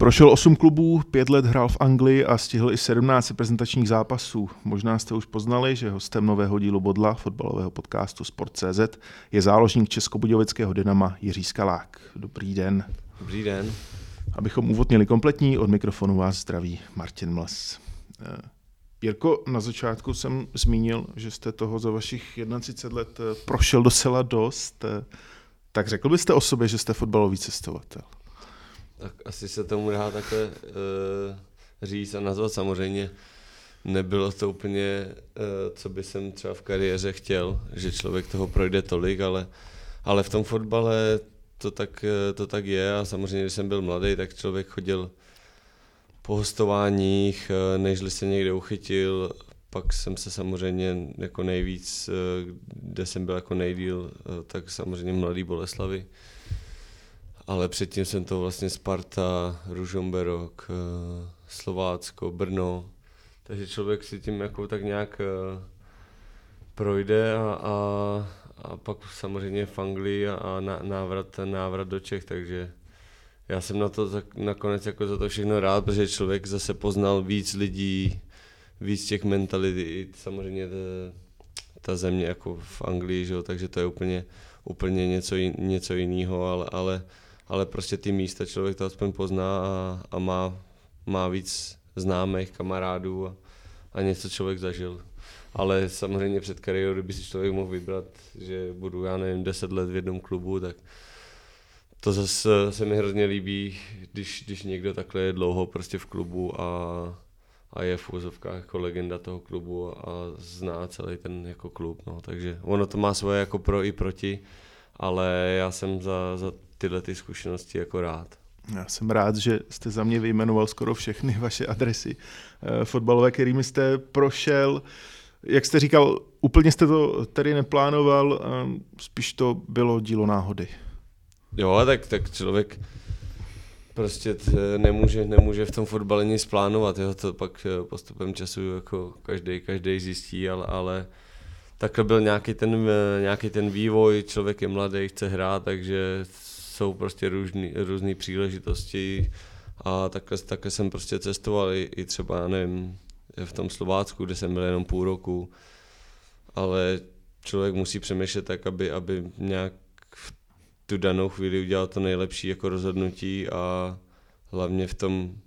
Prošel 8 klubů, 5 let hrál v Anglii a stihl i 17 reprezentačních zápasů. Možná jste už poznali, že hostem nového dílu Bodla, fotbalového podcastu Sport.cz, je záložník českobudějovického Dynama Jiří Skalák. Dobrý den. Dobrý den. Abychom úvod měli kompletní, od mikrofonu vás zdraví Martin Mles. Jirko, na začátku jsem zmínil, že jste toho za vašich 31 let prošel docela dost. Tak řekl byste o sobě, že jste fotbalový cestovatel? Tak asi se tomu dá takhle říct a nazvat. Samozřejmě nebylo to úplně, co by jsem třeba v kariéře chtěl, že člověk toho projde tolik, ale v tom fotbale to tak je a samozřejmě, když jsem byl mladý, tak člověk chodil po hostováních, nežli se někde uchytil, pak jsem se samozřejmě jako nejvíc, kde jsem byl jako nejdýl, tak samozřejmě Mladý Boleslavi. Ale předtím jsem to vlastně Sparta, Ružomberok, Slovácko, Brno, takže člověk si tím jako tak nějak projde a pak samozřejmě v Anglii a návrat do Čech, takže já jsem na to nakonec jako za to všechno rád, protože člověk zase poznal víc lidí, víc těch mentalit, i samozřejmě ta země jako v Anglii, že jo, takže to je úplně něco jiného, ale prostě ty místa člověk to aspoň pozná a má víc známých kamarádů a něco člověk zažil. Ale samozřejmě před kariérou, kdyby si člověk mohl vybrat, že budu, já nevím, 10 let v jednom klubu, tak to zase se mi hrozně líbí, když někdo takhle je dlouho prostě v klubu a je v úzovkách jako legenda toho klubu a zná celý ten jako klub, no, takže ono to má svoje jako pro i proti, ale já jsem za tyhle ty zkušenosti jako rád. Já jsem rád, že jste za mě vyjmenoval skoro všechny vaše adresy fotbalové, kterými jste prošel. Jak jste říkal, úplně jste to tady neplánoval, spíš to bylo dílo náhody. Jo, tak člověk prostě nemůže v tom fotbale nic plánovat, jo, to pak postupem času jako každý zjistí, ale takhle byl nějaký ten vývoj, člověk je mladý, chce hrát, takže jsou prostě různé příležitosti a takhle jsem prostě cestoval i třeba, nevím, v tom Slovácku, kde jsem byl jenom půl roku, ale člověk musí přemýšlet tak, aby nějak v tu danou chvíli udělal to nejlepší jako rozhodnutí a hlavně v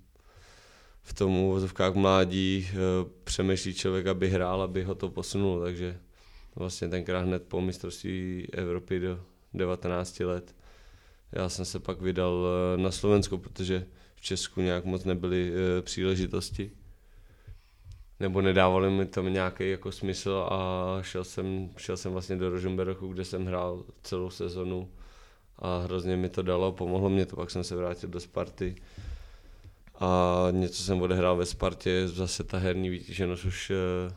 tom uvozovkách mládí přemýšlí člověk, aby hrál, aby ho to posunulo, takže vlastně tenkrát hned po mistrovství Evropy do 19 let. Já jsem se pak vydal na Slovensko, protože v Česku nějak moc nebyly příležitosti. Nebo nedávali mi tam nějaký jako smysl a šel jsem vlastně do Ružomberku, kde jsem hrál celou sezonu a hrozně mi to dalo, pomohlo mě to, pak jsem se vrátil do Sparty a něco jsem odehrál ve Spartě, zase ta herní vytíženost už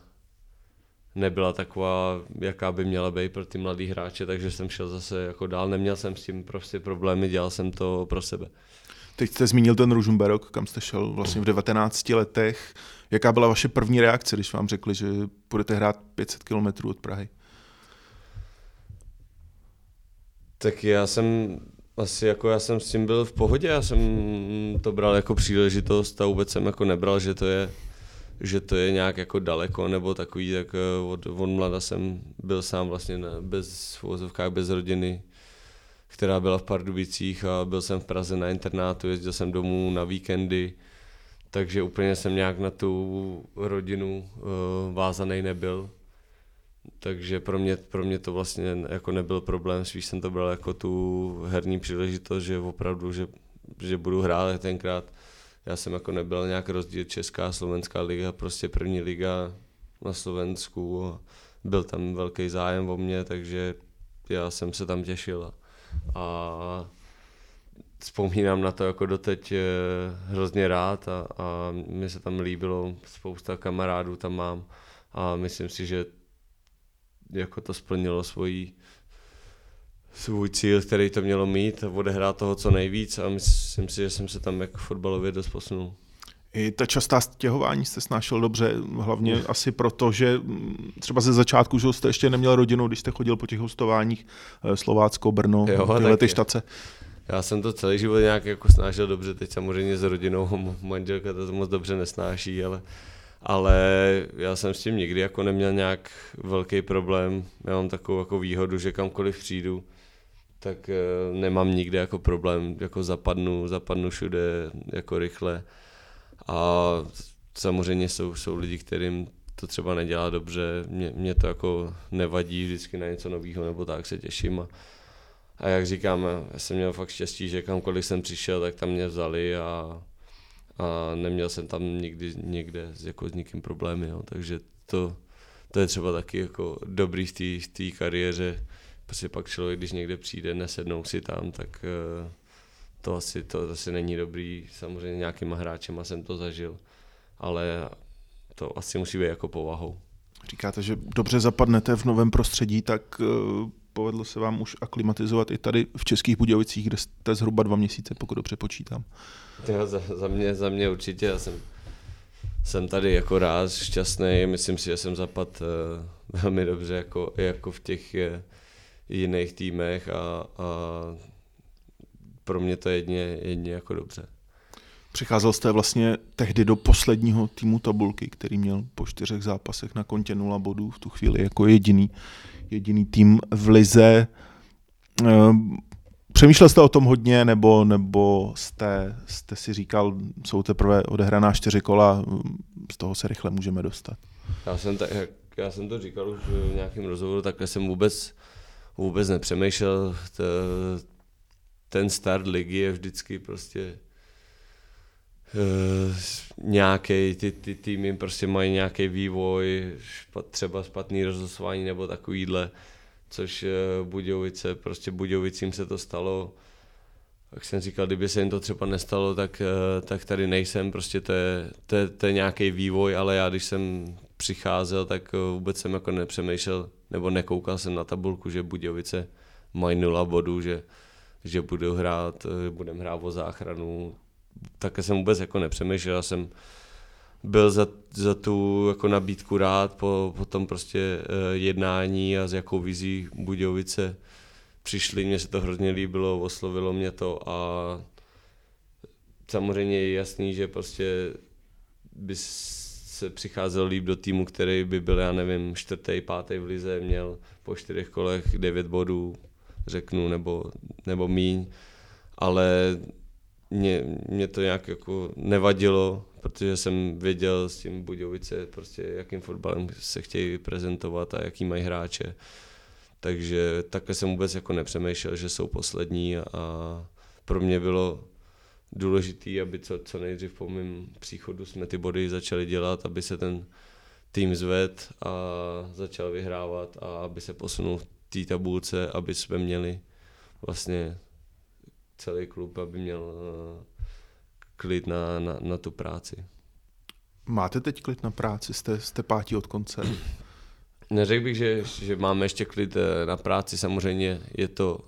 nebyla taková, jaká by měla být pro ty mladý hráče, takže jsem šel zase jako dál, neměl jsem s tím prostě problémy, dělal jsem to pro sebe. Teď jste zmínil ten Ružomberok, kam jste šel vlastně v 19 letech. Jaká byla vaše první reakce, když vám řekli, že budete hrát 500 km od Prahy? Tak já jsem s tím byl v pohodě, já jsem to bral jako příležitost a vůbec jsem jako nebral, že to je nějak jako daleko nebo takový, tak od mlada jsem byl sám vlastně v uvozovkách bez rodiny, která byla v Pardubicích a byl jsem v Praze na internátu, jezdil jsem domů na víkendy, takže úplně jsem nějak na tu rodinu vázaný nebyl. Takže pro mě to vlastně jako nebyl problém, spíš jsem to bral jako tu herní příležitost, že opravdu, že budu hrát tenkrát. Já jsem jako nebyl nějak rozdíl Česká a Slovenská liga, prostě první liga na Slovensku. Byl tam velký zájem o mě, takže já jsem se tam těšil. A vzpomínám na to jako doteď hrozně rád a mně se tam líbilo, spousta kamarádů tam mám a myslím si, že jako to splnilo svůj cíl, který to mělo mít a odehrát toho co nejvíc a myslím si, že jsem se tam jako fotbalově dost posunul. I ta častá stěhování jste snášel dobře, hlavně asi proto, že třeba ze začátku, že jste ještě neměl rodinu, když jste chodil po těch hostováních Slovácko, Brno, tyhle ty štace. Já jsem to celý život nějak jako snášel dobře, teď samozřejmě s rodinou, manželka to moc dobře nesnáší, ale já jsem s tím nikdy jako neměl nějak velký problém. Já mám takovou jako výhodu, že kamkoliv přijdu, tak nemám nikde jako problém, jako zapadnu všude jako rychle. A samozřejmě jsou lidi, kterým to třeba nedělá dobře, mě to jako nevadí, vždycky na něco nového nebo tak se těším. A jak říkám, já jsem měl fakt štěstí, že kamkoliv jsem přišel, tak tam mě vzali a neměl jsem tam nikdy někde jako s nikým problémy, jo. Takže to je třeba taky jako dobrý v té kariéře. Prostě pak člověk, když někde přijde, nesednou si tam, tak to asi není dobrý. Samozřejmě nějakýma hráčema jsem to zažil, ale to asi musí být jako povahou. Říkáte, že dobře zapadnete v novém prostředí, tak povedlo se vám už aklimatizovat i tady v Českých Budějovicích, kde jste zhruba 2 měsíce, pokud dobře počítám. Za mě určitě, já jsem tady jako rád, šťastný, myslím si, že jsem zapadl velmi dobře jako v těch jiných týmech a pro mě to je jedně jako dobře. Přicházel jste vlastně tehdy do posledního týmu tabulky, který měl po 4 zápasech na kontě 0 bodů, v tu chvíli jako jediný tým v lize. Přemýšlel jste o tom hodně, nebo jste si říkal, jsou teprve odehraná 4 kola, z toho se rychle můžeme dostat? Já jsem to říkal už v nějakém rozhovoru, takhle jsem vůbec nepřemýšlel. Ten start ligy je vždycky prostě nějaký, ty týmy prostě mají nějaký vývoj, třeba špatný rozhlasování nebo takovýhle, což Budějovicím se to stalo. Jak jsem říkal, kdyby se jim to třeba nestalo, tak tady nejsem, prostě to je nějaký vývoj, ale já když jsem přicházel, tak vůbec jsem jako nepřemýšlel, nebo nekoukal jsem na tabulku, že Budějovice mají 0 bodů, že budeme hrát o záchranu. Také jsem vůbec jako nepřemýšlel, já jsem byl za tu jako nabídku rád po tom prostě jednání a s jakou vizí Budějovice přišli, mně se to hrozně líbilo, oslovilo mě to a samozřejmě je jasný, že prostě by se přicházel líp do týmu, který by byl, já nevím, 4., 5. v lize, měl po 4 kolech 9 bodů, řeknu, nebo míň, ale mě to nějak jako nevadilo, protože jsem věděl s tím Budějovice, prostě jakým fotbalem se chtějí prezentovat a jaký mají hráče. Takže takhle jsem vůbec jako nepřemýšlel, že jsou poslední a pro mě bylo důležité, aby co nejdřív po mém příchodu jsme ty body začali dělat, aby se ten tým zvedl a začal vyhrávat a aby se posunul v té tabulce, aby jsme měli vlastně celý klub, aby měl klid na tu práci. Máte teď klid na práci? Jste pátí od konce? Neřekl bych, že máme ještě klid na práci, samozřejmě je to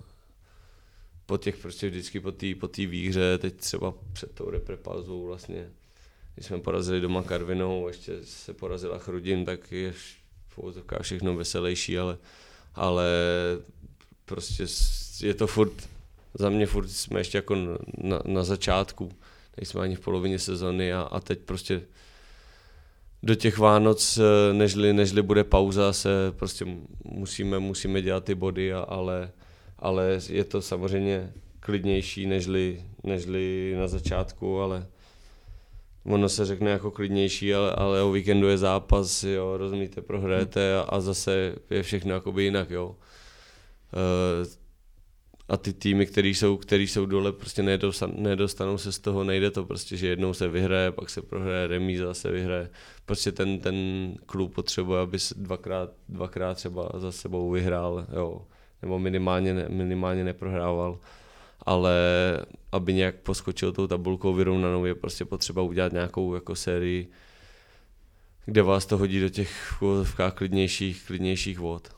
vždycky po té výhře, teď třeba před tou reprepauzou vlastně, když jsme porazili doma Karvinou, ještě se porazila Chrudim, tak je všechno veselější, ale prostě je to za mě furt jsme ještě jako na začátku, nejsme ani v polovině sezony a teď prostě do těch Vánoc, nežli bude pauza, se prostě musíme dělat ty body, ale je to samozřejmě klidnější nežli na začátku, ale ono se řekne jako klidnější, ale o víkendu je zápas, jo, rozumíte, prohrajete a zase je všechno jakoby jinak, jo. A ty týmy, který jsou dole, prostě nedostanou se z toho, nejde to prostě, že jednou se vyhraje, pak se prohraje, remíza se vyhraje. Prostě ten klub potřebuje, aby se dvakrát třeba za sebou vyhrál, jo, nebo minimálně neprohrával. Ale aby nějak poskočil tou tabulkou vyrovnanou, je prostě potřeba udělat nějakou jako sérii, kde vás to hodí do těch klidnějších vod.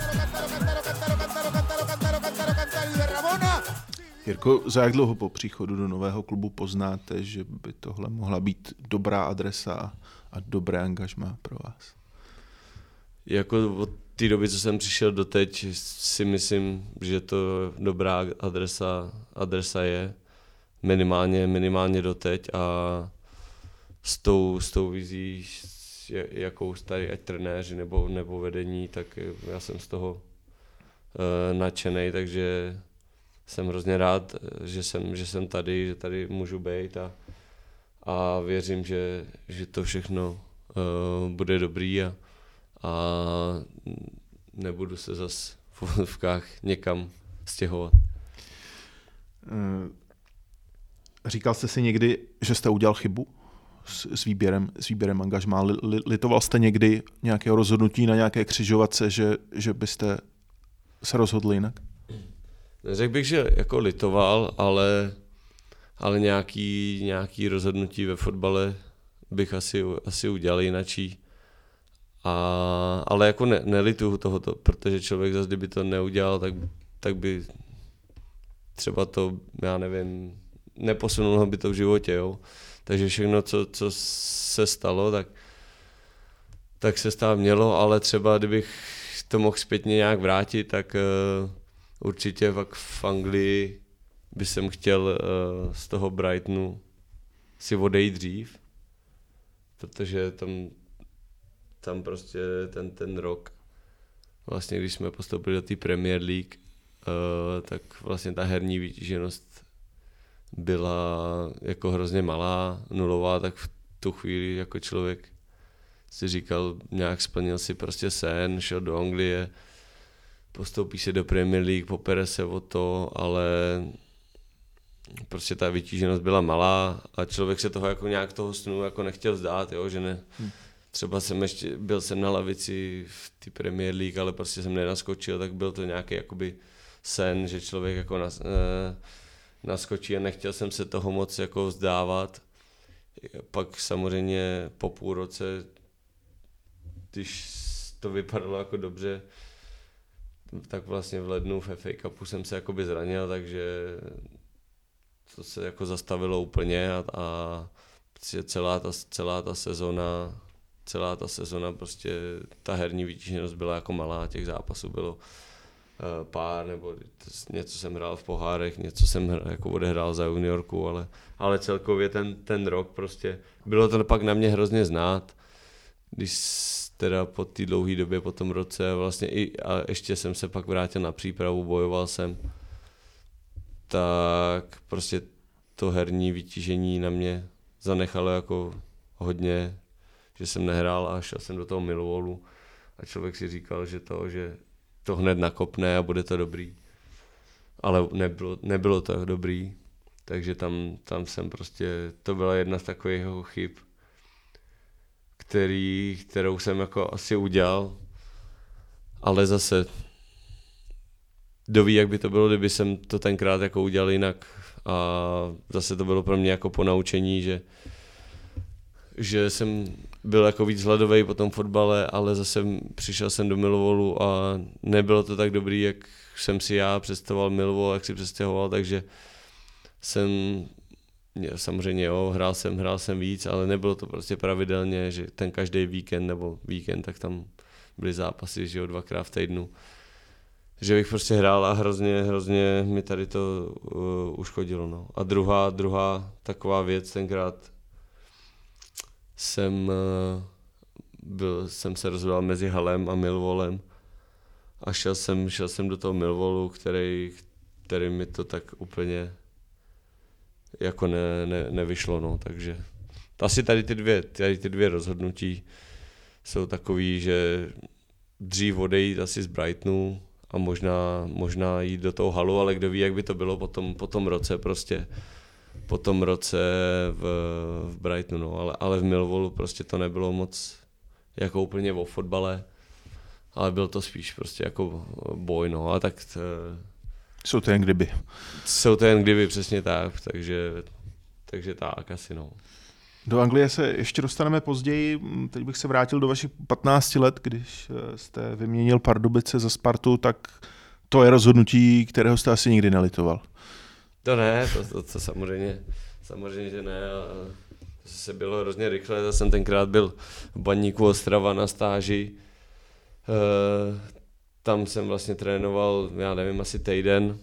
Jirko, za jak dlouho po příchodu do nového klubu poznáte, že by tohle mohla být dobrá adresa a dobré angažmá pro vás? Jako té doby, co jsem přišel doteď, si myslím, že to dobrá adresa je. Minimálně doteď a s tou vizí, jakou starý ať trenéři nebo vedení, tak já jsem z toho nadšenej, takže jsem hrozně rád, že jsem tady, že tady můžu být a věřím, že to všechno bude dobrý a nebudu se zas v úvodovkách někam stěhovat. Říkal jste si někdy, že jste udělal chybu s výběrem angažmá? Litoval jste někdy nějakého rozhodnutí na nějaké křižovatce, že byste se rozhodli jinak? Neřekl bych, že jako litoval, ale nějaký rozhodnutí ve fotbale bych asi udělal jinačí. Ale jako nelituju tohoto, protože člověk zase, kdyby to neudělal, tak by třeba to, já nevím, neposunulo by to v životě, jo. Takže všechno, co se stalo, tak se stát mělo, ale třeba kdybych to mohl zpětně nějak vrátit, tak určitě pak v Anglii by jsem chtěl z toho Brightonu si odejít dřív, protože tam prostě ten rok, vlastně když jsme postoupili do té Premier League, tak vlastně ta herní vytíženost byla jako hrozně malá, nulová, tak v tu chvíli jako člověk si říkal, nějak splnil si prostě sen, šel do Anglie, postoupí se do Premier League, popere se o to, ale prostě ta vytíženost byla malá a člověk se toho jako nějak toho snu jako nechtěl vzdát, jo, že ne. Třeba byl jsem na lavici v té Premier League, ale prostě jsem nenaskočil, tak byl to nějaký jakoby sen, že člověk jako naskočí a nechtěl jsem se toho moc jako vzdávat. Pak samozřejmě po půl roce, když to vypadalo jako dobře, tak vlastně v lednu v FA Cupu jsem se jakoby zranil, takže to se jako zastavilo úplně a celá ta sezona prostě ta herní vytíženost byla jako malá, těch zápasů bylo pár, nebo něco jsem hrál v pohárech, něco jsem jako odehrál za juniorku, ale celkově ten rok prostě, bylo to pak na mě hrozně znát, když teda po té dlouhé době, po tom roce vlastně a ještě jsem se pak vrátil na přípravu, bojoval jsem, tak prostě to herní vytížení na mě zanechalo jako hodně, že jsem nehrál a šel jsem do toho Millwallu a člověk si říkal, že to hned nakopne a bude to dobrý. Ale nebylo to dobrý, takže tam jsem prostě, to byla jedna z takových chyb, kterou jsem jako asi udělal, ale zase kdo ví, jak by to bylo, kdyby jsem to tenkrát jako udělal jinak a zase to bylo pro mě jako ponaučení, že jsem byl jako víc hladovej po tom fotbale, ale zase přišel jsem do Millwallu a nebylo to tak dobrý, jak jsem si já představoval Millwall, jak si představoval, takže samozřejmě jo, hrál jsem víc, ale nebylo to prostě pravidelně, že ten každý víkend, tak tam byly zápasy, že jo, 2krát v týdnu. Že bych prostě hrál a hrozně mi tady to uškodilo, no. A druhá taková věc, tenkrát jsem se rozhodl mezi Hullem a Millwallem a šel jsem do toho Millwallu, který mi to tak úplně jako nevyšlo, no, takže asi tady ty dvě rozhodnutí jsou takový, že dřív odejít asi z Brightonu a možná jít do toho Hullu, ale kdo ví, jak by to bylo po tom roce prostě, po tom roce v Brightonu, no, ale v Millwallu prostě to nebylo moc jako úplně o fotbale, ale byl to spíš prostě jako boj, no, a tak jsou to jen kdyby. Jsou to jen kdyby, přesně tak, takže tak asi, no. Do Anglie se ještě dostaneme později, teď bych se vrátil do vašich 15 let, když jste vyměnil Pardubice za Spartu, tak to je rozhodnutí, kterého jste asi nikdy nelitoval. To ne, to samozřejmě, že ne. A se bylo hrozně rychle, já jsem tenkrát byl v Baníku Ostrava na stáži Tam jsem vlastně trénoval, já nevím, asi týden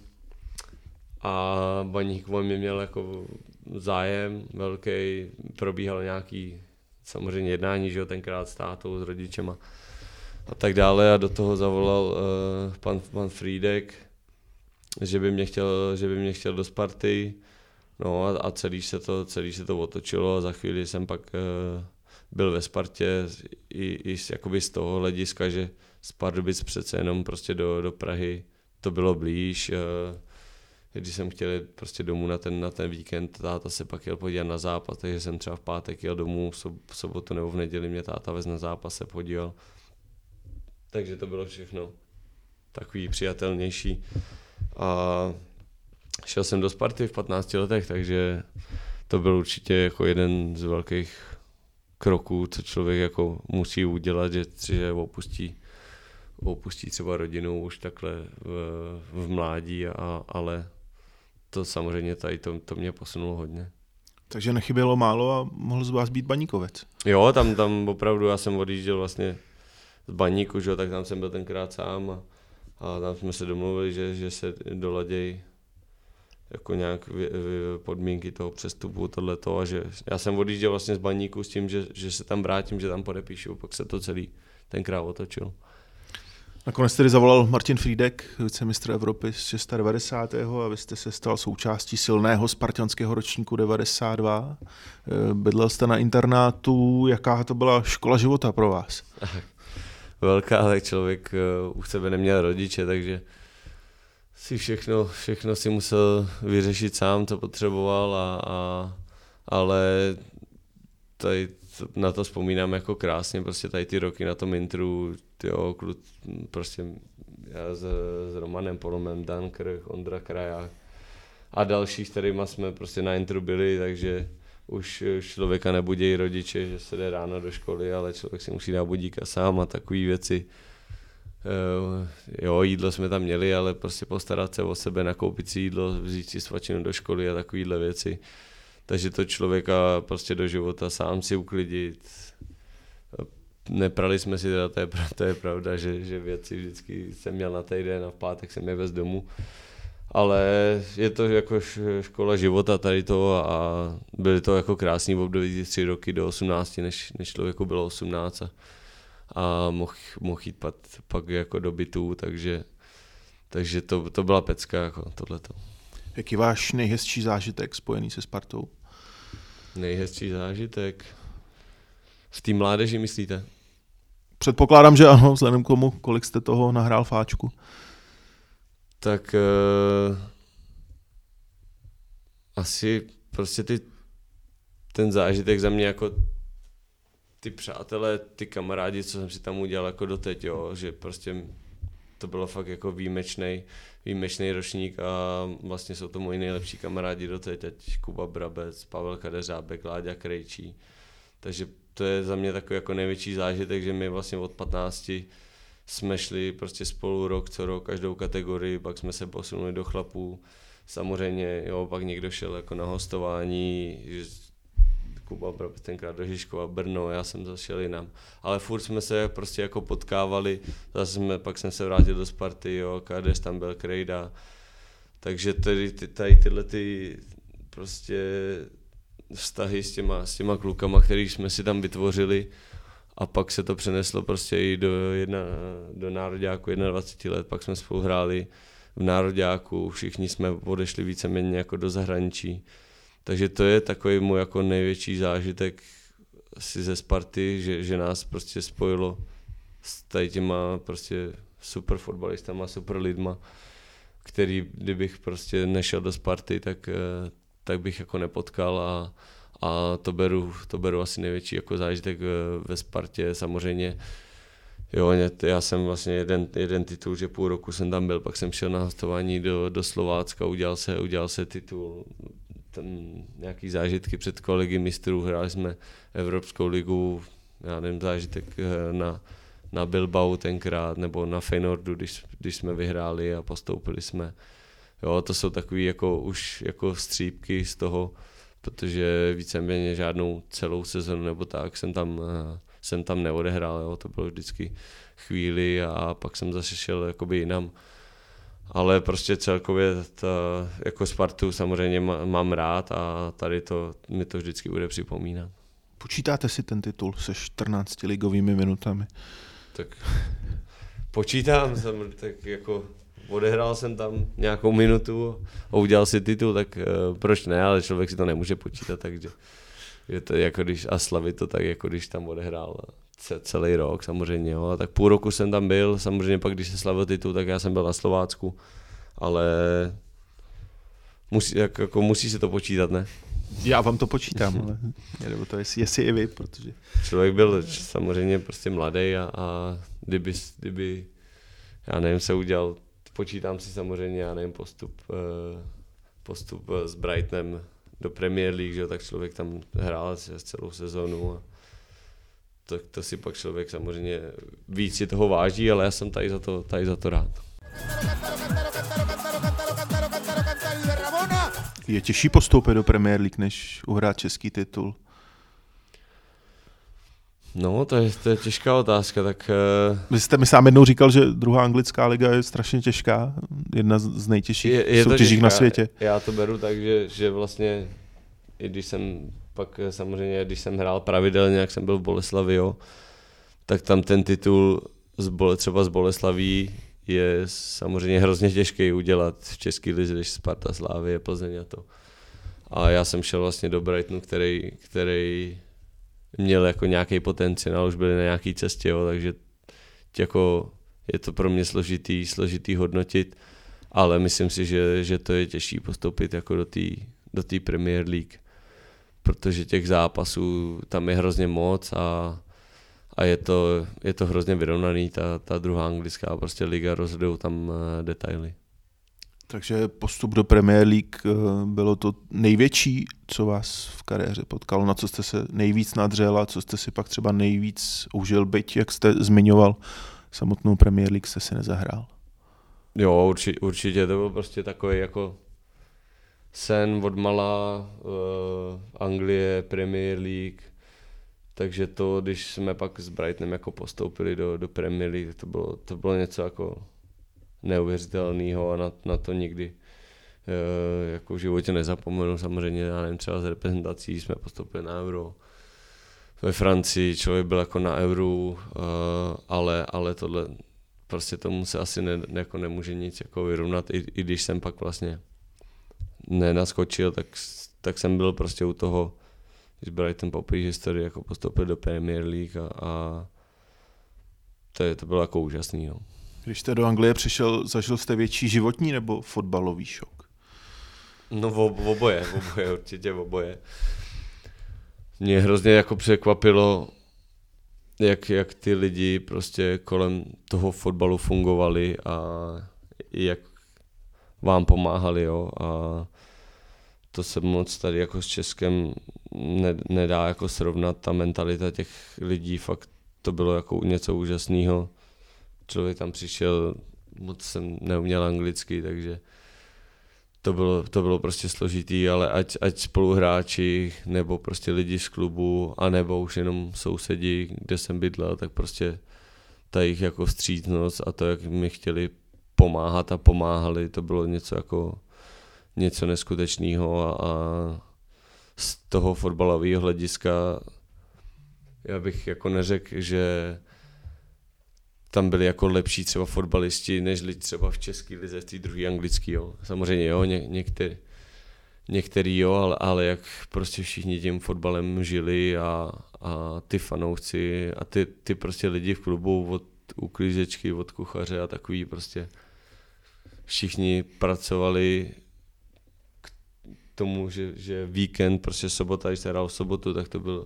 a Baník o mě měl jako zájem velký, probíhalo nějaký samozřejmě jednání, že jo, tenkrát s tátou, s rodičema a tak dále a do toho zavolal pan Frýdek, že by mě chtěl do Sparty, no a celý se to otočilo a za chvíli jsem pak byl ve Spartě i jakoby z toho hlediska, že z Pardubic přece jenom prostě do Prahy to bylo blíž. Když jsem chtěl jít prostě domů na ten víkend, táta se pak jel podívat na zápas, takže jsem třeba v pátek jel domů, v sobotu nebo v neděli mě táta vez na zápas se podíval. Takže to bylo všechno takový přijatelnější. A šel jsem do Sparty v 15 letech, takže to byl určitě jako jeden z velkých kroků, co člověk jako musí udělat, že opustí třeba rodinu už takhle v mládí, ale to samozřejmě tady to mě posunulo hodně. Takže nechybělo málo a mohl z vás být baníkovec. Jo, tam opravdu já jsem odjížděl vlastně z Baníku, že, tak tam jsem byl tenkrát sám a tam jsme se domluvili, že se doladějí jako nějak podmínky toho přestupu, tohleto a že já jsem odjížděl vlastně z Baníku s tím, že se tam vrátím, že tam podepíšu, pak se to celý tenkrát otočilo. Nakonec tedy zavolal Martin Frýdek, vicemistr Evropy z 690. a vy jste se stal součástí silného spartanského ročníku 92. Bydlel jste na internátu, jaká to byla škola života pro vás? Velká, tak člověk u sebe neměl rodiče, takže si všechno si musel vyřešit sám, co potřeboval, ale tady na to vzpomínám jako krásně, prostě tady ty roky na tom intru, prostě já s Romanem Polomem, Dan Krch, Ondra Kraják a další, s kterýma jsme prostě na intru byli, takže už člověka nebudí rodiče, že se jde ráno do školy, ale člověk si musí dát budíka sám a takové věci. Jo, jídlo jsme tam měli, ale prostě postarat se o sebe, nakoupit si jídlo, vzít si svačinu do školy a takovéhle věci. Takže to člověka prostě do života sám si uklidit. Neprali jsme si teda, to je pravda, že věci vždycky jsem měl na týden a v pátek jsem je vez domů. Ale je to jako škola života tady to a byly to jako krásný období 3 roky do 18, než člověku bylo 18 a mohl jít pak jako do bytů, takže to byla pecka jako tohleto. Jaký váš nejhezčí zážitek spojený se Spartou? Nejhezčí zážitek? V té mládeži myslíte? Předpokládám, že ano, vzhledem k tomu, kolik jste toho nahrál v Ačku. Tak asi prostě ten zážitek za mě jako ty přátelé, ty kamarádi, co jsem si tam udělal jako doteď, jo, že prostě to bylo fakt jako výjimečný ročník a vlastně jsou to moji nejlepší kamarádi doteď, ať Kuba Brabec, Pavel Kadeřábek, Láďa Krejčí. Takže to je za mě takový jako největší zážitek, že my vlastně od 15 jsme šli prostě spolu rok co rok, každou kategorii, pak jsme se posunuli do chlapů. Samozřejmě, jo, pak někdo šel jako na hostování, Kuba Brabec tenkrát do Žižkova, Brno, já jsem zašel jinam. Ale furt jsme se prostě jako potkávali, pak jsem se vrátil do Sparty, jo, Kadeř tam byl, Krejda. Takže tady tyhle ty prostě vztahy s těma klukama, který jsme si tam vytvořili a pak se to přeneslo prostě i do nároďáku 21 let, pak jsme spolu hráli v nároďáku, všichni jsme odešli víceméně jako do zahraničí. Takže to je takový můj jako největší zážitek si ze Sparty, že nás prostě spojilo s tady těma prostě super fotbalistama, super lidma, který kdybych prostě nešel do Sparty, tak bych jako nepotkal a to beru asi největší jako zážitek ve Spartě. Samozřejmě jo, já jsem vlastně jeden titul, že půl roku jsem tam byl, pak jsem šel na hostování do Slovácka, udělal se titul, nějaký zážitky před kolegy mistrů, hráli jsme Evropskou ligu, já nevím, zážitek na Bilbao tenkrát, nebo na Feyenoordu, když jsme vyhráli a postoupili jsme. Jo, to jsou takový jako už jako střípky z toho, protože víceméně žádnou celou sezonu nebo tak jsem tam jsem tam neodehrál, jo, to bylo vždycky chvíli a pak jsem zase šel jakoby jinam. Ale prostě celkově jako Spartu samozřejmě mám rád a tady mi to vždycky bude připomínat. Počítáte si ten titul se 14 ligovými minutami? Tak počítám, tak jako odehrál jsem tam nějakou minutu a udělal si titul, tak proč ne, ale člověk si to nemůže počítat, takže je to jako když, a slavit to tak, jako když tam odehrál celý rok samozřejmě, jo. A tak půl roku jsem tam byl, samozřejmě pak když se slavil titul, tak já jsem byl na Slovácku, ale musí se to počítat, ne? Já vám to počítám, ale nebo to jestli i vy, protože... Člověk byl samozřejmě prostě mladý a kdyby já nevím, se udělal, počítám si samozřejmě, já nevím, postup s Brightonem do Premier League, že, tak člověk tam hrál celou sezonu a to si pak člověk samozřejmě víc si toho váží, ale já jsem tady za to rád. Je těžší postoupit do Premier League, než uhrát český titul? No, to je těžká otázka, tak... Vy jste mi sám jednou říkal, že druhá anglická liga je strašně těžká, jedna z nejtěžších soutěží na světě. Já to beru tak, že vlastně, i když jsem pak samozřejmě, když jsem hrál pravidelně, jak jsem byl v Boleslavi, jo, tak tam ten titul třeba z Boleslaví je samozřejmě hrozně těžký udělat v české lize, když Sparta, Slavie, Plzeň a to. A já jsem šel vlastně do Brightonu, který měl jako nějaký potenciál, už byli na nějaké cestě, jo, takže jako je to pro mě složitý hodnotit, ale myslím si, že to je těžší postoupit jako do té Premier League, protože těch zápasů tam je hrozně moc a je to hrozně vyrovnaný, ta druhá anglická prostě liga, rozhodují tam detaily. Takže postup do Premier League bylo to největší, co vás v kariéře potkalo, na co jste se nejvíc nadřel a co jste si pak třeba nejvíc užil, byť, jak jste zmiňoval, samotnou Premier League jste si nezahrál. Jo, určitě to byl prostě takový jako sen od mala, Anglie, Premier League, takže to, když jsme pak s Brightonem jako postoupili do Premier League, to bylo něco jako neuvěřitelného a na to nikdy jako v životě nezapomenu. Samozřejmě, já nevím, třeba z reprezentací jsme postoupili na Euro. Ve Francii člověk byl jako na Euro, ale tohle prostě tomu se asi jako nemůže nic jako vyrovnat, i když jsem pak vlastně nenaskočil, tak jsem byl prostě u toho, když Brighton poprvé historii jako postoupil do Premier League a to bylo jako úžasný. No. Když jste do Anglie přišel, zažil jste větší životní nebo fotbalový šok? No oboje, určitě oboje. Mě hrozně jako překvapilo, jak ty lidi prostě kolem toho fotbalu fungovali a jak vám pomáhali, jo. A to se moc tady jako s Českem nedá jako srovnat, ta mentalita těch lidí, fakt to bylo jako něco úžasného. Člověk tam přišel, moc jsem neuměl anglicky, takže to bylo prostě složitý, ale ať spoluhráči, nebo prostě lidi z klubu, anebo už jenom sousedi, kde jsem bydlel, tak prostě ta jejich jako vstřícnost a to, jak mi chtěli pomáhat a pomáhali, to bylo něco neskutečného a z toho fotbalového hlediska já bych jako neřekl, že tam byli jako lepší třeba fotbalisti, než třeba v české lize, v té druhé anglické, jo. Samozřejmě jo, některý jo, ale jak prostě všichni tím fotbalem žili a ty fanoušci a ty prostě lidi v klubu od uklízečky, od kuchaře a takový prostě všichni pracovali k tomu, že víkend, prostě sobota, když se hrál v sobotu, tak to byl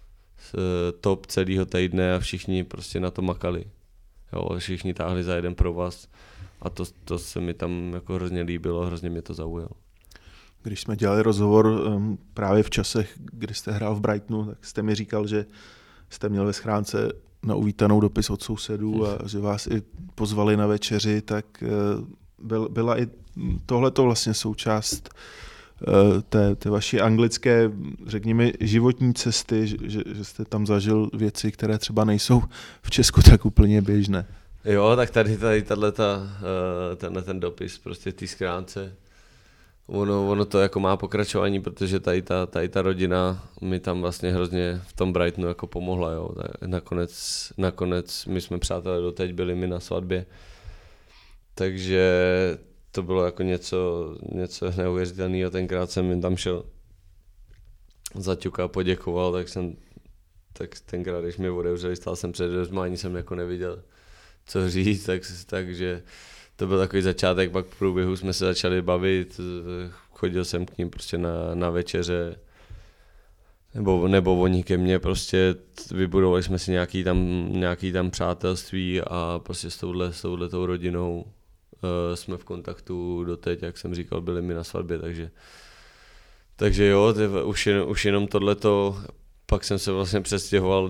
top celého týdne a všichni prostě na to makali. Jo, všichni táhli za jeden provaz a to se mi tam jako hrozně líbilo, hrozně mě to zaujalo. Když jsme dělali rozhovor právě v časech, kdy jste hrál v Brightonu, tak jste mi říkal, že jste měl ve schránce na uvítanou dopis od sousedů a že vás i pozvali na večeři, tak byla i tohleto vlastně součást té vaší anglické, řekněme, životní cesty, že jste tam zažil věci, které třeba nejsou v Česku tak úplně běžné. Jo, tak tady tenhle ten dopis prostě v té schránce, ono to jako má pokračování, protože tady ta rodina mi tam vlastně hrozně v tom Brightonu jako pomohla, jo. Nakonec my jsme přátelé doteď, byli mi na svatbě, takže to bylo jako něco neuvěřitelného. Tenkrát jsem jim tam šel zaťuka, poděkoval, tak tenkrát, když mi otevřeli, stál jsem před dveřma, ani jsem jako neviděl, co říct, takže to byl takový začátek, pak v průběhu jsme se začali bavit, chodil jsem k ním prostě na večeře, nebo oni ke mně, prostě vybudovali jsme si nějaký tam přátelství a prostě s touhletou rodinou jsme v kontaktu doteď, jak jsem říkal, byli mi na svatbě, takže jo, už jenom tohleto, pak jsem se vlastně přestěhoval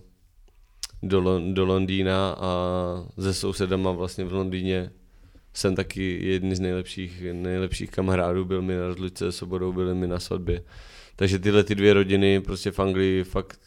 do Londýna a se sousedama vlastně v Londýně jsem taky jedný z nejlepších kamarádů, byl mi na rozlučce s Sobodou, byli mi na svatbě. Takže tyhle ty dvě rodiny prostě v Anglii fakt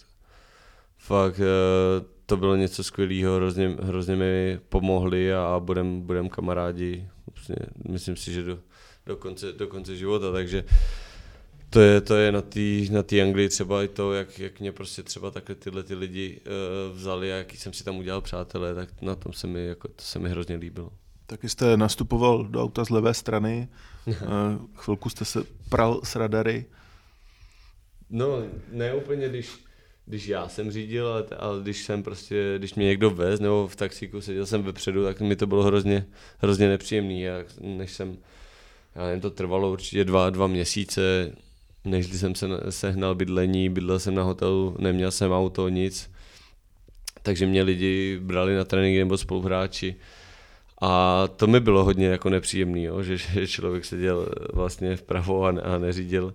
to bylo něco skvělého, hrozně mi pomohli a budem kamarádi, vlastně, myslím si, že do konce života, takže to je na té Anglii třeba i to, jak mě prostě třeba takhle tyhle ty lidi vzali a jaký jsem si tam udělal přátelé, tak na tom to se mi hrozně líbilo. Taky jste nastupoval do auta z levé strany, chvilku jste se pral s radary. No, ne úplně, když já jsem řídil, ale když mě někdo vez, nebo v taxíku seděl jsem vepředu, tak mi to bylo hrozně nepříjemný. Já nevím, to trvalo určitě dva měsíce, než jsem sehnal bydlení, bydlel jsem na hotelu, neměl jsem auto, nic. Takže mě lidi brali na tréninky nebo spoluhráči. A to mi bylo hodně jako nepříjemný, jo, že člověk seděl vlastně vpravo a neřídil.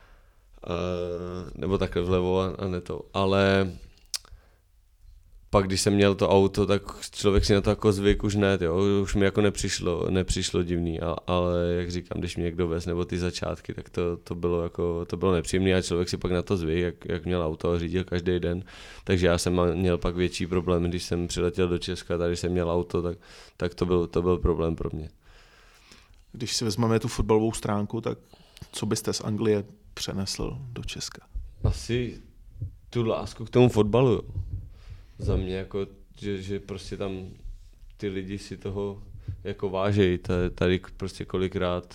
Nebo takhle vlevo a ne to. Ale pak, když jsem měl to auto, tak člověk si na to jako zvyk už ne, jo. Už mi jako nepřišlo divný, ale jak říkám, když mě někdo vez, nebo ty začátky, tak to bylo nepříjemné a člověk si pak na to zvyk, jak měl auto a řídil každý den. Takže já jsem měl pak větší problém, když jsem přiletěl do Česka, tady jsem měl auto, tak to byl problém pro mě. Když si vezmeme tu fotbalovou stránku, tak co byste z Anglie přenesl do Česka? Asi tu lásku k tomu fotbalu, jo. Za mě jako, že prostě tam ty lidi si toho jako vážejí, tady prostě kolikrát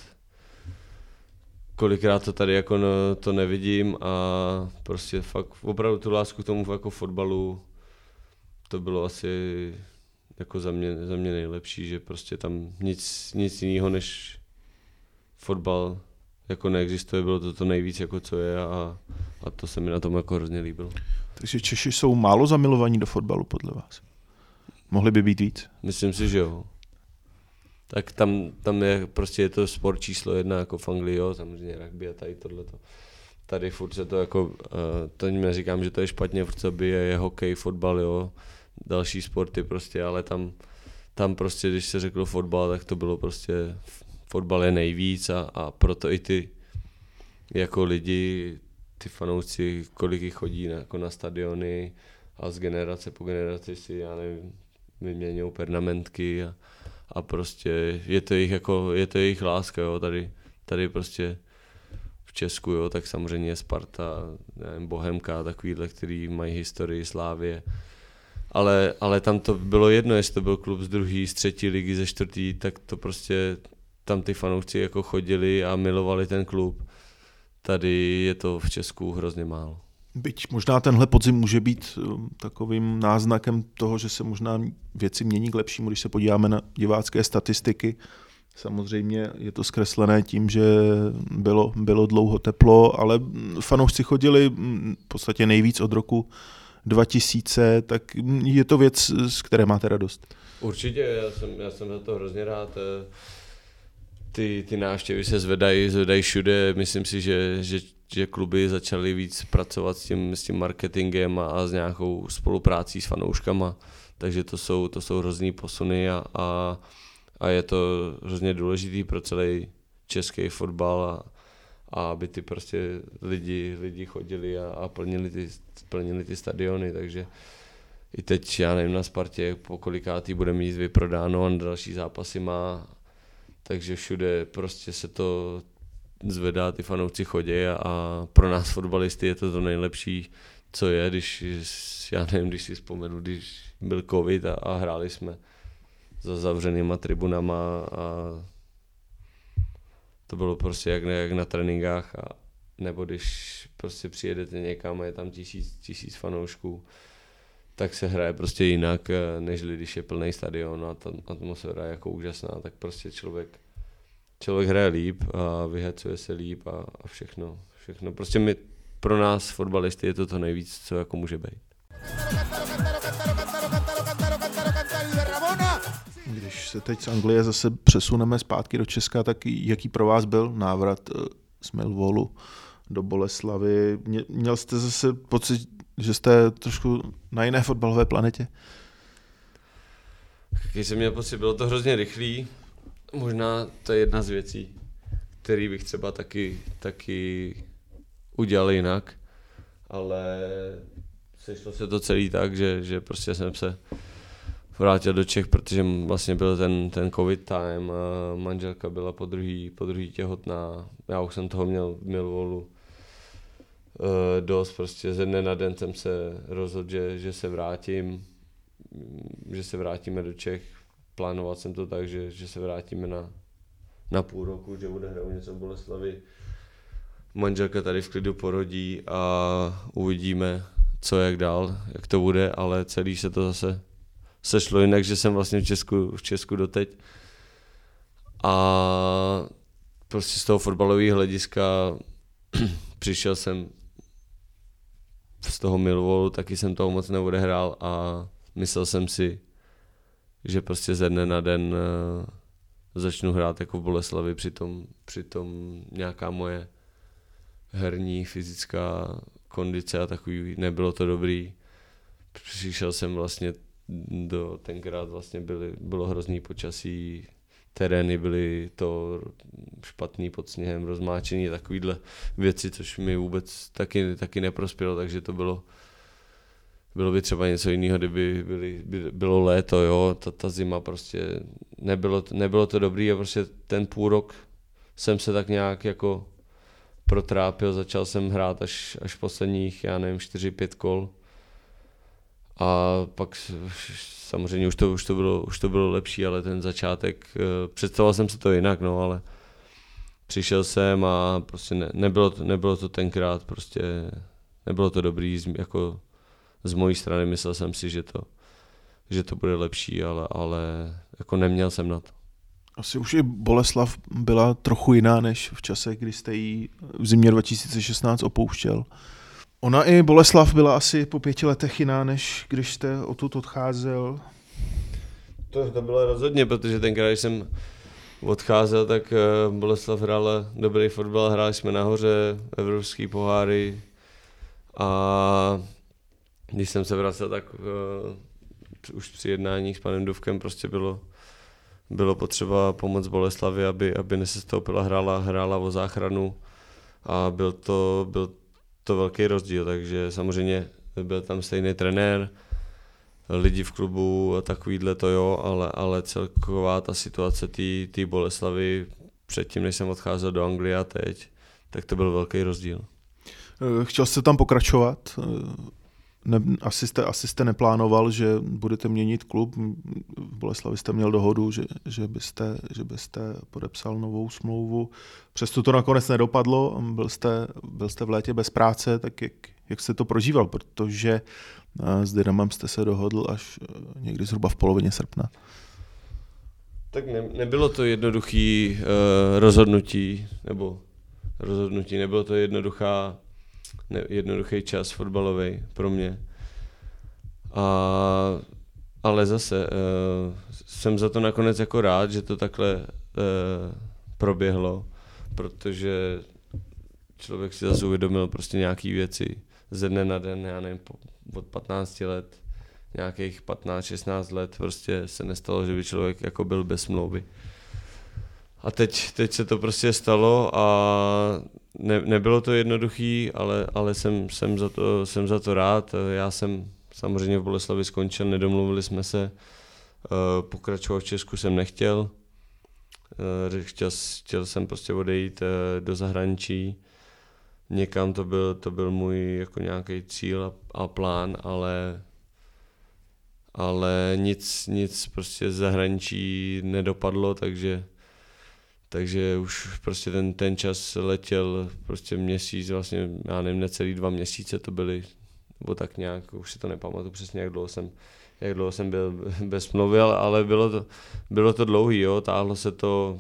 to tady jako to nevidím a prostě fakt opravdu tu lásku k tomu jako fotbalu, to bylo asi jako za mě nejlepší, že prostě tam nic jiného než fotbal jako neexistuje, bylo to nejvíc jako co je a to se mi na tom jako hrozně líbilo. Takže Češi jsou málo zamilovaní do fotbalu podle vás? Mohli by být víc? Myslím si, že jo. Tak tam je prostě je to sport číslo 1 jako v Anglii, jo, samozřejmě rugby a tady tohleto. Tady furt se to jako, to neříkám, že to je špatně, furt se je hokej, fotbal, jo, další sporty prostě, ale tam prostě, když se řeklo fotbal, tak to bylo prostě, fotbal je nejvíc a proto i ty jako lidi, ty fanoušci, kolik jich chodí jako na stadiony a z generace po generaci si, já nevím, vyměňují pernamentky a prostě je to jejich láska, jo, tady prostě v Česku, jo, tak samozřejmě je Sparta, nevím, Bohemka, takovýhle, který mají historii, Slávie, ale tam to bylo jedno, jestli to byl klub z druhé, z třetí ligy, ze čtvrtý, tak to prostě tam ty fanoušci jako chodili a milovali ten klub. Tady je to v Česku hrozně málo. Byť možná tenhle podzim může být takovým náznakem toho, že se možná věci mění k lepšímu, když se podíváme na divácké statistiky. Samozřejmě je to zkreslené tím, že bylo dlouho teplo, ale fanoušci chodili v podstatě nejvíc od roku 2000, tak je to věc, z které máte radost. Určitě, já jsem za to hrozně rád. Ty návštěvy se zvedají všude. Myslím si, že kluby začaly víc pracovat s tím marketingem a s nějakou spoluprácí s fanouškama. Takže to jsou hrozný posuny a je to hrozně důležitý pro celý český fotbal a aby ty prostě lidi chodili a plnili ty stadiony, takže i teď, já nevím, na Spartě po kolikátý bude mít vyprodáno a další zápasy má, takže všude prostě se to zvedá, ty fanoušci chodí a pro nás fotbalisty je to nejlepší, co je, když si vzpomenu, když byl covid a hráli jsme za zavřenýma tribunama a to bylo prostě jak na tréninkách, nebo když prostě přijedete někam a je tam tisíc fanoušků, tak se hraje prostě jinak, než když je plný stadion a ta atmosféra je jako úžasná, tak prostě člověk hraje líp a vyhecuje se líp a všechno. Prostě pro nás fotbalisty je to nejvíc, co jako může být. Když se teď z Anglie zase přesuneme zpátky do Česka, tak jaký pro vás byl návrat z Millwallu do Boleslavy? Měl jste zase pocit, že jste trošku na jiné fotbalové planetě? Když jsem měl pocit, bylo to hrozně rychlý. Možná to je jedna z věcí, který bych třeba taky udělal jinak, ale sešlo se to celý tak, že prostě jsem se vrátil do Čech, protože vlastně byl ten covid time, a manželka byla po druhý těhotná, já už jsem toho měl v Millwallu dost, prostě ze dne na den jsem se rozhodl, že se vrátíme do Čech. Plánoval jsem to tak, že se vrátíme na půl roku, že bude hrát něco v Boleslavi. Manželka tady v klidu porodí a uvidíme, co jak dál, jak to bude, ale celý se to zase sešlo jinak, že jsem vlastně v Česku doteď. A prostě z toho fotbalového hlediska přišel jsem z toho Millwallu, taky jsem toho moc neodehrál a myslel jsem si, že prostě ze dne na den začnu hrát jako v Boleslavi, přitom nějaká moje herní, fyzická kondice a takový, nebylo to dobrý. Přišel jsem vlastně tenkrát vlastně bylo hrozný počasí, terény byly to špatný pod sněhem, rozmáčený, takovýhle věci, což mi vůbec taky neprospělo, takže to bylo by třeba něco jiného, kdyby bylo léto, jo, ta zima prostě nebylo to dobrý a prostě ten půl rok jsem se tak nějak jako protrápil, začal jsem hrát až posledních, já nevím, 4-5 kol a pak samozřejmě už to bylo lepší, ale ten začátek, představoval jsem si to jinak, no, ale přišel jsem a prostě nebylo to tenkrát, prostě nebylo to dobrý, jako z mojí strany myslel jsem si, že to bude lepší, ale jako neměl jsem na to. Asi už i Boleslav byla trochu jiná než v čase, kdy jste ji v zimě 2016 opouštěl. Ona i Boleslav byla asi po 5 letech jiná, než když jste odtud odcházel. To bylo rozhodně, protože tenkrát, když jsem odcházel, tak Boleslav hrála dobrý fotbal, hráli jsme nahoře, evropský poháry a když jsem se vracel, tak už při jednání s panem Duvkem prostě bylo potřeba pomoct Boleslavi, aby nesestoupila, hrála o záchranu a byl to velký rozdíl, takže samozřejmě byl tam stejný trenér, lidi v klubu a takovýhle to jo, ale celková ta situace té Boleslavy předtím, než jsem odcházel do Anglie a teď, tak to byl velký rozdíl. Chtěl jste tam pokračovat? Asi jste neplánoval, že budete měnit klub. V Boleslavi jste měl dohodu, že byste podepsal novou smlouvu. Přesto to nakonec nedopadlo. Byl jste v létě bez práce, tak jak jste to prožíval? Protože s Dynamem jste se dohodl až někdy zhruba v polovině srpna. Tak nebylo to jednoduchý rozhodnutí, nebylo to jednoduchý čas fotbalový pro mě. Ale zase jsem za to nakonec jako rád, že to takhle proběhlo, protože člověk si zase uvědomil prostě nějaký věci ze dne na den, já nevím, od 15 let, nějakých 15-16 let prostě se nestalo, že by člověk jako byl bez smlouvy. teď se to prostě stalo a nebylo to jednoduchý, ale jsem za to rád. Já jsem samozřejmě v Boleslavi skončil, nedomluvili jsme se, pokračovat v Česku jsem nechtěl. Chtěl jsem prostě odejít do zahraničí. Někam to byl můj jako nějaký cíl a plán, ale nic prostě z zahraničí nedopadlo, takže už prostě ten čas letěl prostě měsíc, vlastně já nevím, necelý 2 měsíce to byly, nebo tak nějak, už si to nepamatuju přesně, jak dlouho jsem byl bez smlouvy, ale bylo to dlouhý, jo, táhlo se to,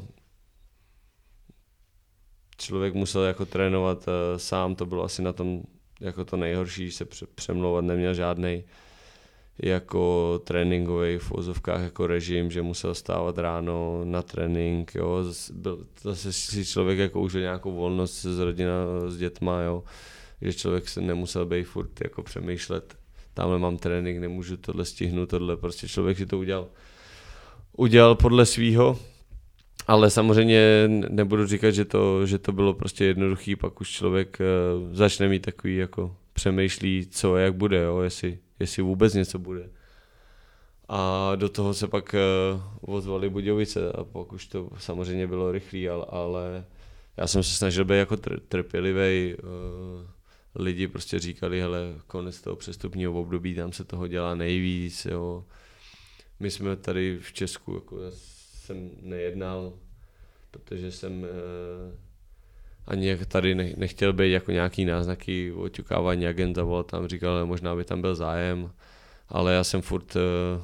člověk musel jako trénovat sám, to bylo asi na tom jako to nejhorší, se přemlouvat neměl žádnej jako tréninkový v uvozovkách jako režim, že musel stávat ráno na trénink, jo, zase si člověk jako užil nějakou volnost z rodina, s dětma, jo, že člověk se nemusel být furt jako přemýšlet, tamhle mám trénink, nemůžu tohle stihnout, tohle, prostě člověk si to udělal podle svýho, ale samozřejmě nebudu říkat, že to bylo prostě jednoduchý, pak už člověk začne mít takový jako přemýšlí, co a jak bude, jo, jestli vůbec něco bude. A do toho se pak ozvaly Budějovice a pak už to samozřejmě bylo rychlý, ale já jsem se snažil být jako trpělivý. Lidi prostě říkali, hele, konec toho přestupního období, tam se toho dělá nejvíc, jo. My jsme tady v Česku, jako jsem nejednal, protože jsem ani tady nechtěl být jako nějaký náznaky oťukávání agenta, volal tam, říkal, možná by tam byl zájem, ale já jsem furt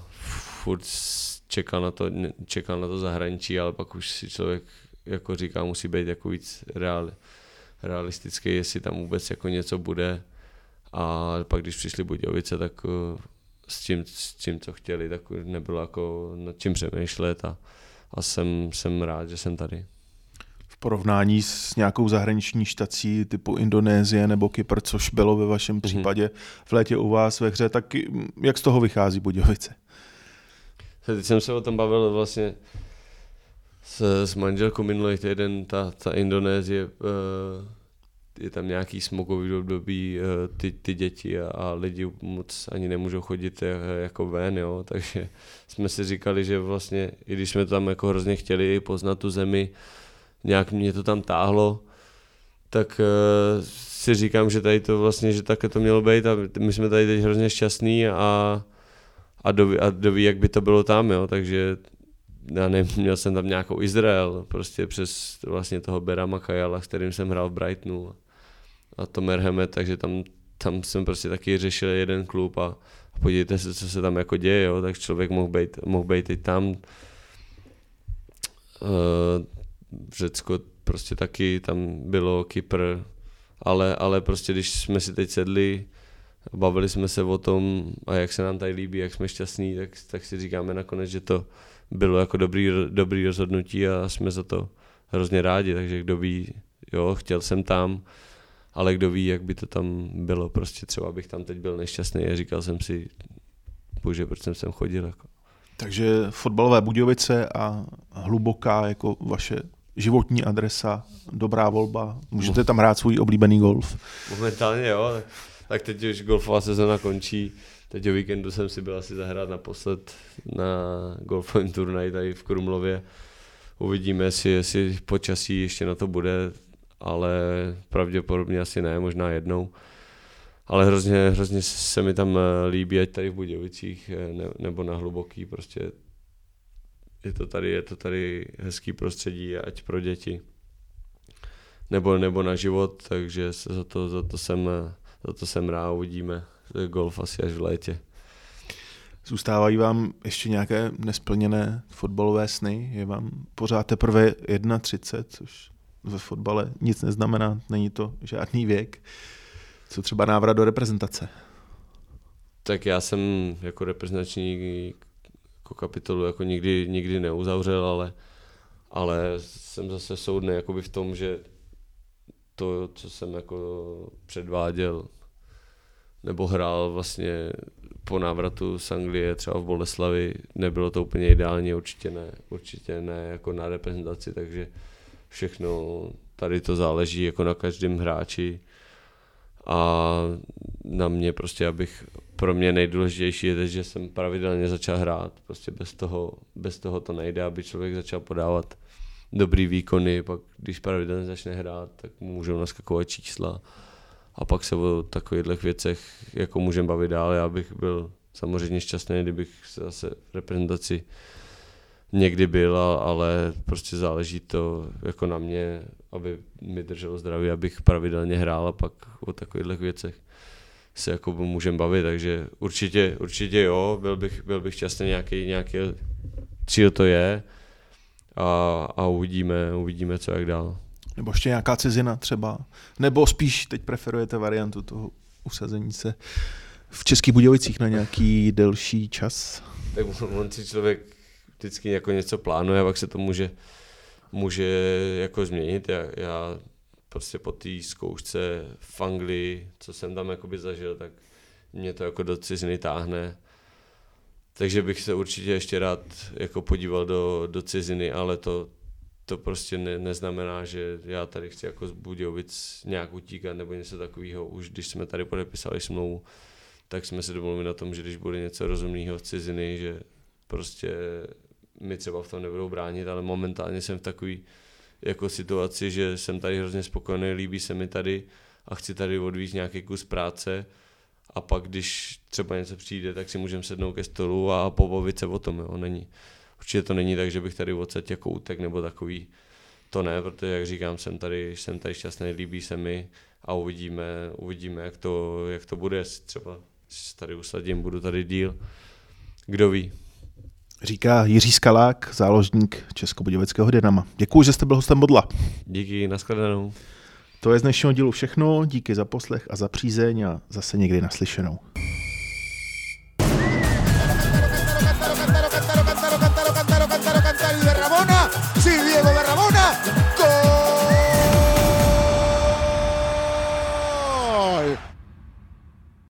čekal na to zahraničí, ale pak už si člověk jako říká, musí být jako víc realistický, jestli tam vůbec jako něco bude. A pak když přišli Budějovice, tak s tím, co chtěli, tak nebylo jako nad čím přemýšlet a jsem rád, že jsem tady. V porovnání s nějakou zahraniční štací typu Indonésie nebo Kypr, což bylo ve vašem případě v létě u vás ve hře, tak jak z toho vychází Budějovice? Teď jsem se o tom bavil vlastně s manželkou minulý týden, ta Indonésie, je tam nějaký smogový období, ty děti a lidi moc ani nemůžou chodit jako ven, jo, takže jsme si říkali, že vlastně, i když jsme tam jako hrozně chtěli poznat tu zemi, nějak mě to tam táhlo, tak si říkám, že tady to vlastně, že také to mělo být a my jsme tady teď hrozně šťastný a doví, jak by to bylo tam, jo, takže já nevím, měl jsem tam nějakou Izrael, prostě přes vlastně toho Berama Kajala, s kterým jsem hrál v Brightonu a to Merhemet, takže tam jsem prostě taky řešil jeden klub a podívejte se, co se tam jako děje, jo, tak člověk mohl být i tam. V Řecko prostě taky, tam bylo Kypr, ale prostě když jsme si teď sedli, bavili jsme se o tom a jak se nám tady líbí, jak jsme šťastní, tak si říkáme nakonec, že to bylo jako dobrý rozhodnutí a jsme za to hrozně rádi, takže kdo ví, jo, chtěl jsem tam, ale kdo ví, jak by to tam bylo, prostě třeba bych tam teď byl nešťastný a říkal jsem si, bože, proč jsem sem chodil, jako. Takže fotbalové Budějovice a Hluboká jako vaše životní adresa, dobrá volba, můžete tam hrát svůj oblíbený golf. Momentálně jo, tak teď už golfová sezona končí, teď o víkendu jsem si byl asi zahrát naposled na golfovém turnaji tady v Krumlově. Uvidíme, jestli počasí ještě na to bude, ale pravděpodobně asi ne, možná jednou. Ale hrozně se mi tam líbí, ať tady v Budějovicích nebo na Hluboký, prostě je to tady hezký prostředí, ať pro děti nebo na život, takže za to jsem rád, uvidíme golf asi až v létě. Zůstávají vám ještě nějaké nesplněné fotbalové sny? Je vám pořád teprve 31, což ve fotbale nic neznamená, není to žádný věk. Co třeba návrat do reprezentace? Tak já jsem jako reprezentační jako kapitolu jako nikdy neuzavřel, ale jsem zase soudný jakoby v tom, že to, co jsem jako předváděl nebo hrál vlastně po návratu z Anglie, třeba v Boleslavi, nebylo to úplně ideální, určitě ne jako na reprezentaci, takže všechno tady to záleží jako na každém hráči a na mě prostě, pro mě nejdůležitější je, že jsem pravidelně začal hrát, prostě bez toho to nejde, aby člověk začal podávat dobrý výkony, pak když pravidelně začne hrát, tak mu můžou naskakovat čísla a pak se o takovýchhle věcech jako můžeme bavit dál. Já bych byl samozřejmě šťastný, kdybych zase v reprezentaci někdy byl, ale prostě záleží to jako na mě, aby mi drželo zdraví, abych pravidelně hrál a pak o takovýchhle věcech se jako můžeme bavit, takže určitě jo, byl bych šťastný, nějaký cíl to je a uvidíme co jak dál. Nebo ještě nějaká cizina třeba, nebo spíš teď preferujete variantu toho usazení se v Českých Budějovicích na nějaký delší čas? Tak on si člověk vždycky jako něco plánuje a pak se to může jako změnit. Já prostě po té zkoušce v Anglii, co jsem tam jakoby zažil, tak mě to jako do ciziny táhne. Takže bych se určitě ještě rád jako podíval do ciziny, ale to prostě neznamená, že já tady chci jako z Budějovic nějak utíkat nebo něco takového. Už když jsme tady podepisali smlouvu, tak jsme se domluvili na tom, že když bude něco rozumného z ciziny, že prostě mi třeba v tom nebudou bránit, ale momentálně jsem v takové jako situaci, že jsem tady hrozně spokojený, líbí se mi tady a chci tady odvíct nějaký kus práce a pak, když třeba něco přijde, tak si můžeme sednout ke stolu a pobavit se o tom. Jo. Určitě to není tak, že bych tady odsaď jako útek nebo takový, to ne, protože jak říkám, jsem tady šťastný, líbí se mi a uvidíme jak to bude, třeba si tady usadím, budu tady díl, kdo ví. Říká Jiří Skalák, záložník Českobudějovického Dynama. Děkuji, že jste byl hostem Bodla. Díky, nashledanou. To je z dnešního dílu všechno, díky za poslech a za přízeň a zase někdy naslyšenou. Sí, Diego de Ramona.